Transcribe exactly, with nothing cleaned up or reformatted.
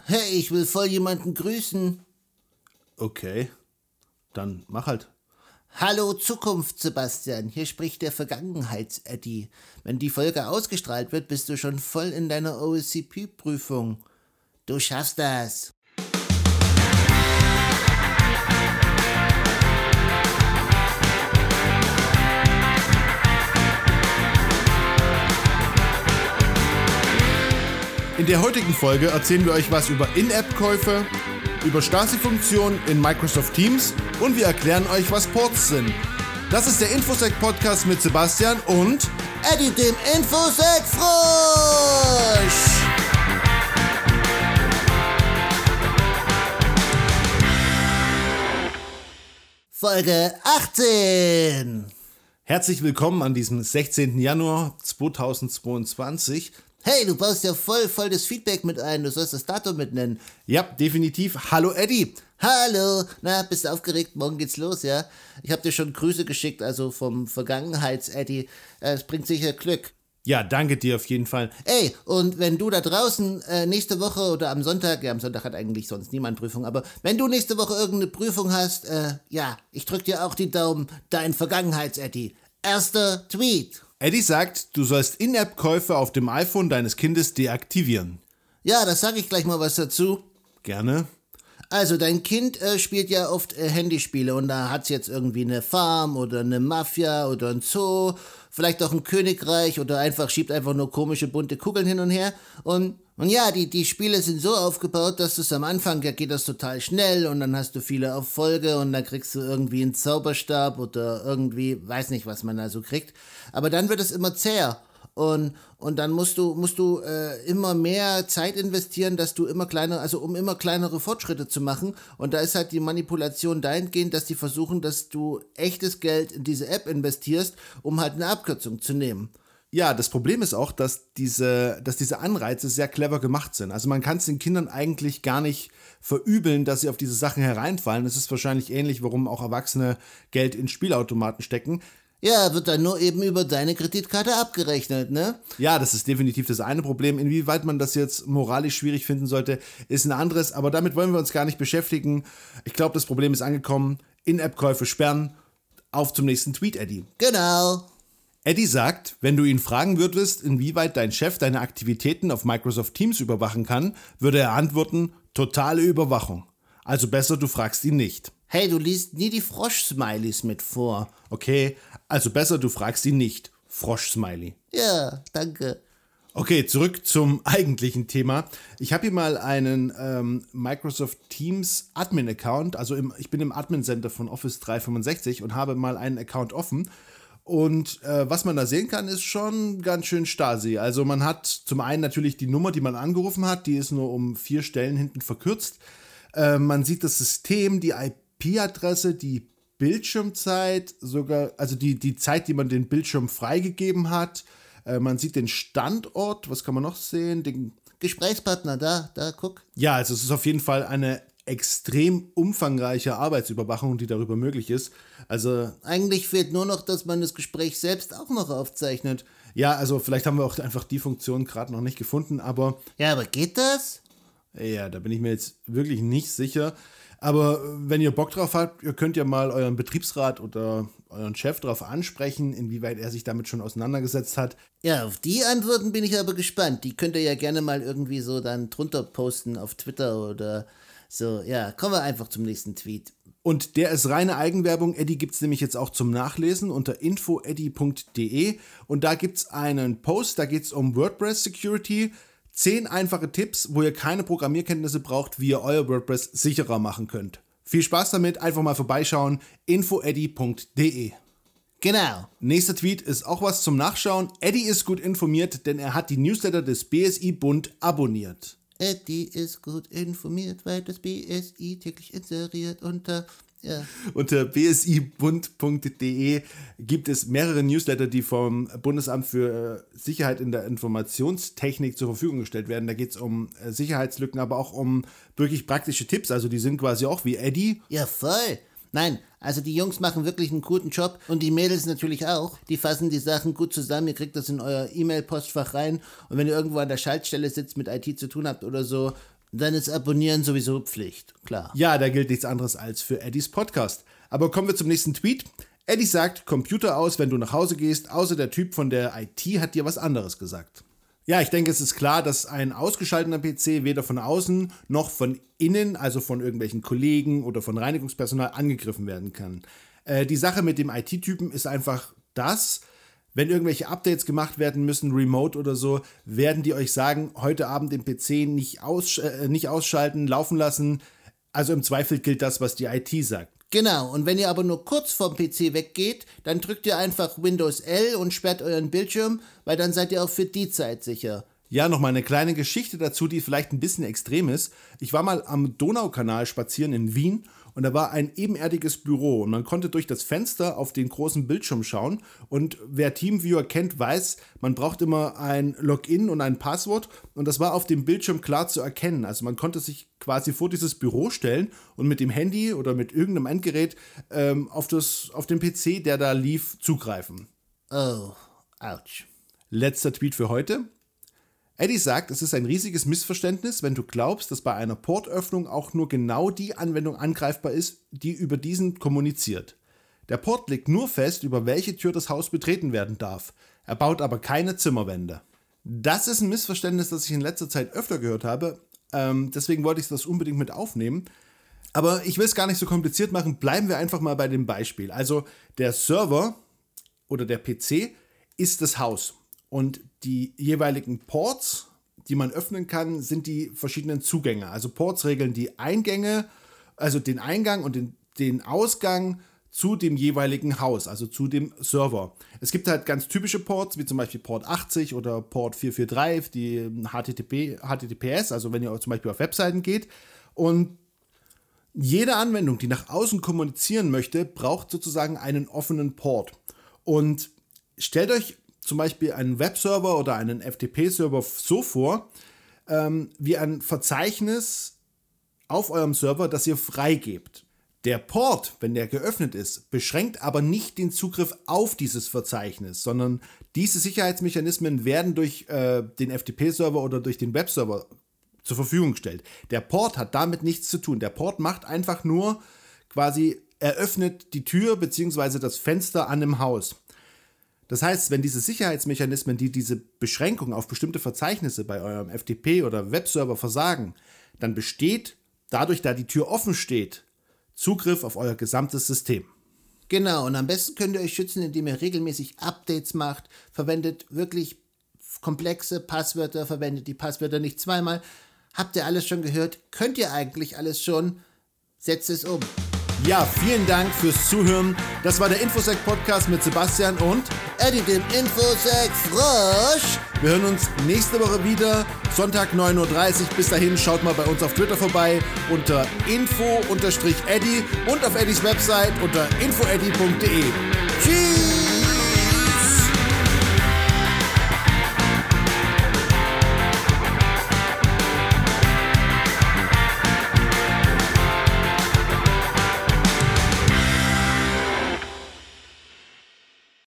Hey, ich will voll jemanden grüßen. Okay, dann mach halt. Hallo Zukunft, Sebastian. Hier spricht der Vergangenheits-Eddie. Wenn die Folge ausgestrahlt wird, bist du schon voll in deiner O S C P-Prüfung. Du schaffst das. In der heutigen Folge erzählen wir euch was über In-App-Käufe, über Stasi-Funktionen in Microsoft Teams und wir erklären euch, was Ports sind. Das ist der Infosec-Podcast mit Sebastian und Eddie, dem Infosec-Frosch! Folge achtzehn. Herzlich willkommen an diesem sechzehnten Januar zweitausendzweiundzwanzig. Hey, du baust ja voll, voll das Feedback mit ein, du sollst das Datum mitnennen. Ja, definitiv. Hallo Eddie. Hallo, na, bist du aufgeregt? Morgen geht's los, ja? Ich hab dir schon Grüße geschickt, also vom Vergangenheits-Eddie. Es bringt sicher Glück. Ja, danke dir auf jeden Fall. Ey, und wenn du da draußen äh, nächste Woche oder am Sonntag, ja, am Sonntag hat eigentlich sonst niemand Prüfung, aber wenn du nächste Woche irgendeine Prüfung hast, äh, ja, ich drück dir auch die Daumen, dein Vergangenheits-Eddie. Erster Tweet. Eddie sagt, du sollst In-App-Käufe auf dem iPhone deines Kindes deaktivieren. Ja, das sage ich gleich mal was dazu. Gerne. Also, dein Kind äh, spielt ja oft äh, Handyspiele und da hat's jetzt irgendwie eine Farm oder eine Mafia oder ein Zoo, vielleicht auch ein Königreich oder einfach schiebt einfach nur komische bunte Kugeln hin und her. Und, und ja, die, die Spiele sind so aufgebaut, dass es am Anfang, ja, geht das total schnell und dann hast du viele Erfolge und dann kriegst du irgendwie einen Zauberstab oder irgendwie, weiß nicht, was man da so kriegt. Aber dann wird es immer zäher. Und, und dann musst du, musst du äh, immer mehr Zeit investieren, dass du immer kleiner, also um immer kleinere Fortschritte zu machen. Und da ist halt die Manipulation dahingehend, dass die versuchen, dass du echtes Geld in diese App investierst, um halt eine Abkürzung zu nehmen. Ja, das Problem ist auch, dass diese, dass diese Anreize sehr clever gemacht sind. Also man kann es den Kindern eigentlich gar nicht verübeln, dass sie auf diese Sachen hereinfallen. Es ist wahrscheinlich ähnlich, warum auch Erwachsene Geld in Spielautomaten stecken. Ja, wird dann nur eben über deine Kreditkarte abgerechnet, ne? Ja, das ist definitiv das eine Problem. Inwieweit man das jetzt moralisch schwierig finden sollte, ist ein anderes. Aber damit wollen wir uns gar nicht beschäftigen. Ich glaube, das Problem ist angekommen. In-App-Käufe sperren. Auf zum nächsten Tweet, Eddie. Genau. Eddie sagt, wenn du ihn fragen würdest, inwieweit dein Chef deine Aktivitäten auf Microsoft Teams überwachen kann, würde er antworten, totale Überwachung. Also besser, du fragst ihn nicht. Hey, du liest nie die Frosch-Smileys mit vor. Okay, also besser, du fragst ihn nicht. Frosch-Smiley. Ja, danke. Okay, zurück zum eigentlichen Thema. Ich habe hier mal einen ähm, Microsoft Teams Admin-Account, also im, ich bin im Admin-Center von Office dreihundertfünfundsechzig und habe mal einen Account offen. Und äh, was man da sehen kann, ist schon ganz schön Stasi. Also man hat zum einen natürlich die Nummer, die man angerufen hat, die ist nur um vier Stellen hinten verkürzt. Äh, man sieht das System, die I P-Adresse, die Bildschirmzeit, sogar, also die, die Zeit, die man den Bildschirm freigegeben hat. Äh, man sieht den Standort, was kann man noch sehen? Den Gesprächspartner, da, da, guck. Ja, also es ist auf jeden Fall eine extrem umfangreiche Arbeitsüberwachung, die darüber möglich ist. Also eigentlich fehlt nur noch, dass man das Gespräch selbst auch noch aufzeichnet. Ja, also vielleicht haben wir auch einfach die Funktion gerade noch nicht gefunden, aber... Ja, aber geht das? Ja, da bin ich mir jetzt wirklich nicht sicher. Aber wenn ihr Bock drauf habt, ihr könnt ja mal euren Betriebsrat oder euren Chef drauf ansprechen, inwieweit er sich damit schon auseinandergesetzt hat. Ja, auf die Antworten bin ich aber gespannt. Die könnt ihr ja gerne mal irgendwie so dann drunter posten auf Twitter oder so. Ja, kommen wir einfach zum nächsten Tweet. Und der ist reine Eigenwerbung. Eddie gibt es nämlich jetzt auch zum Nachlesen unter info eddy punkt de und da gibt es einen Post, da geht es um WordPress Security. Zehn einfache Tipps, wo ihr keine Programmierkenntnisse braucht, wie ihr euer WordPress sicherer machen könnt. Viel Spaß damit, einfach mal vorbeischauen, info eddy punkt de. Genau. Nächster Tweet ist auch was zum Nachschauen. Eddie ist gut informiert, denn er hat die Newsletter des B S I-Bund abonniert. Eddie ist gut informiert, weil das B S I täglich inseriert unter... Ja. Unter b s i bund punkt de gibt es mehrere Newsletter, die vom Bundesamt für Sicherheit in der Informationstechnik zur Verfügung gestellt werden. Da geht es um Sicherheitslücken, aber auch um wirklich praktische Tipps. Also die sind quasi auch wie Eddie. Ja, voll. Nein, also die Jungs machen wirklich einen guten Job und die Mädels natürlich auch. Die fassen die Sachen gut zusammen, ihr kriegt das in euer E-Mail-Postfach rein und wenn ihr irgendwo an der Schaltstelle sitzt, mit I T zu tun habt oder so, Dann ist Abonnieren sowieso Pflicht, klar. Ja, da gilt nichts anderes als für Eddies Podcast. Aber kommen wir zum nächsten Tweet. Eddie sagt, Computer aus, wenn du nach Hause gehst, außer der Typ von der I T hat dir was anderes gesagt. Ja, ich denke, es ist klar, dass ein ausgeschalteter P C weder von außen noch von innen, also von irgendwelchen Kollegen oder von Reinigungspersonal, angegriffen werden kann. Äh, die Sache mit dem I T-Typen ist einfach das, wenn irgendwelche Updates gemacht werden müssen, remote oder so, werden die euch sagen, heute Abend den P C nicht, aus, äh, nicht ausschalten, laufen lassen. Also im Zweifel gilt das, was die I T sagt. Genau, und wenn ihr aber nur kurz vom P C weggeht, dann drückt ihr einfach Windows L und sperrt euren Bildschirm, weil dann seid ihr auch für die Zeit sicher. Ja, nochmal eine kleine Geschichte dazu, die vielleicht ein bisschen extrem ist. Ich war mal am Donaukanal spazieren in Wien und da war ein ebenerdiges Büro und man konnte durch das Fenster auf den großen Bildschirm schauen und wer TeamViewer kennt, weiß, man braucht immer ein Login und ein Passwort und das war auf dem Bildschirm klar zu erkennen. Also man konnte sich quasi vor dieses Büro stellen und mit dem Handy oder mit irgendeinem Endgerät ähm, auf, das, auf den P C, der da lief, zugreifen. Oh, ouch. Letzter Tweet für heute. Eddie sagt, es ist ein riesiges Missverständnis, wenn du glaubst, dass bei einer Portöffnung auch nur genau die Anwendung angreifbar ist, die über diesen kommuniziert. Der Port legt nur fest, über welche Tür das Haus betreten werden darf. Er baut aber keine Zimmerwände. Das ist ein Missverständnis, das ich in letzter Zeit öfter gehört habe. Ähm, deswegen wollte ich das unbedingt mit aufnehmen. Aber ich will es gar nicht so kompliziert machen. Bleiben wir einfach mal bei dem Beispiel. Also der Server oder der P C ist das Haus. Und die jeweiligen Ports, die man öffnen kann, sind die verschiedenen Zugänge. Also Ports regeln die Eingänge, also den Eingang und den, den Ausgang zu dem jeweiligen Haus, also zu dem Server. Es gibt halt ganz typische Ports, wie zum Beispiel Port achtzig oder Port vier vier drei, die H T T P, H T T P S, also wenn ihr zum Beispiel auf Webseiten geht. Und jede Anwendung, die nach außen kommunizieren möchte, braucht sozusagen einen offenen Port. Und stellt euch zum Beispiel einen Webserver oder einen F T P-Server so vor, ähm, wie ein Verzeichnis auf eurem Server, das ihr freigebt. Der Port, wenn der geöffnet ist, beschränkt aber nicht den Zugriff auf dieses Verzeichnis, sondern diese Sicherheitsmechanismen werden durch äh, den F T P-Server oder durch den Webserver zur Verfügung gestellt. Der Port hat damit nichts zu tun. Der Port macht einfach nur quasi, eröffnet die Tür bzw. das Fenster an dem Haus. Das heißt, wenn diese Sicherheitsmechanismen, die diese Beschränkung auf bestimmte Verzeichnisse bei eurem F T P oder Webserver versagen, dann besteht, dadurch, da die Tür offen steht, Zugriff auf euer gesamtes System. Genau, und am besten könnt ihr euch schützen, indem ihr regelmäßig Updates macht, verwendet wirklich komplexe Passwörter, verwendet die Passwörter nicht zweimal. Habt ihr alles schon gehört? Könnt ihr eigentlich alles schon? Setzt es um. Ja, vielen Dank fürs Zuhören. Das war der Infosec-Podcast mit Sebastian und Eddie, dem Infosec-Frosch. Wir hören uns nächste Woche wieder, Sonntag neun Uhr dreißig. Bis dahin, schaut mal bei uns auf Twitter vorbei unter info Eddie und auf Eddies Website unter info eddy punkt de. Tschüss!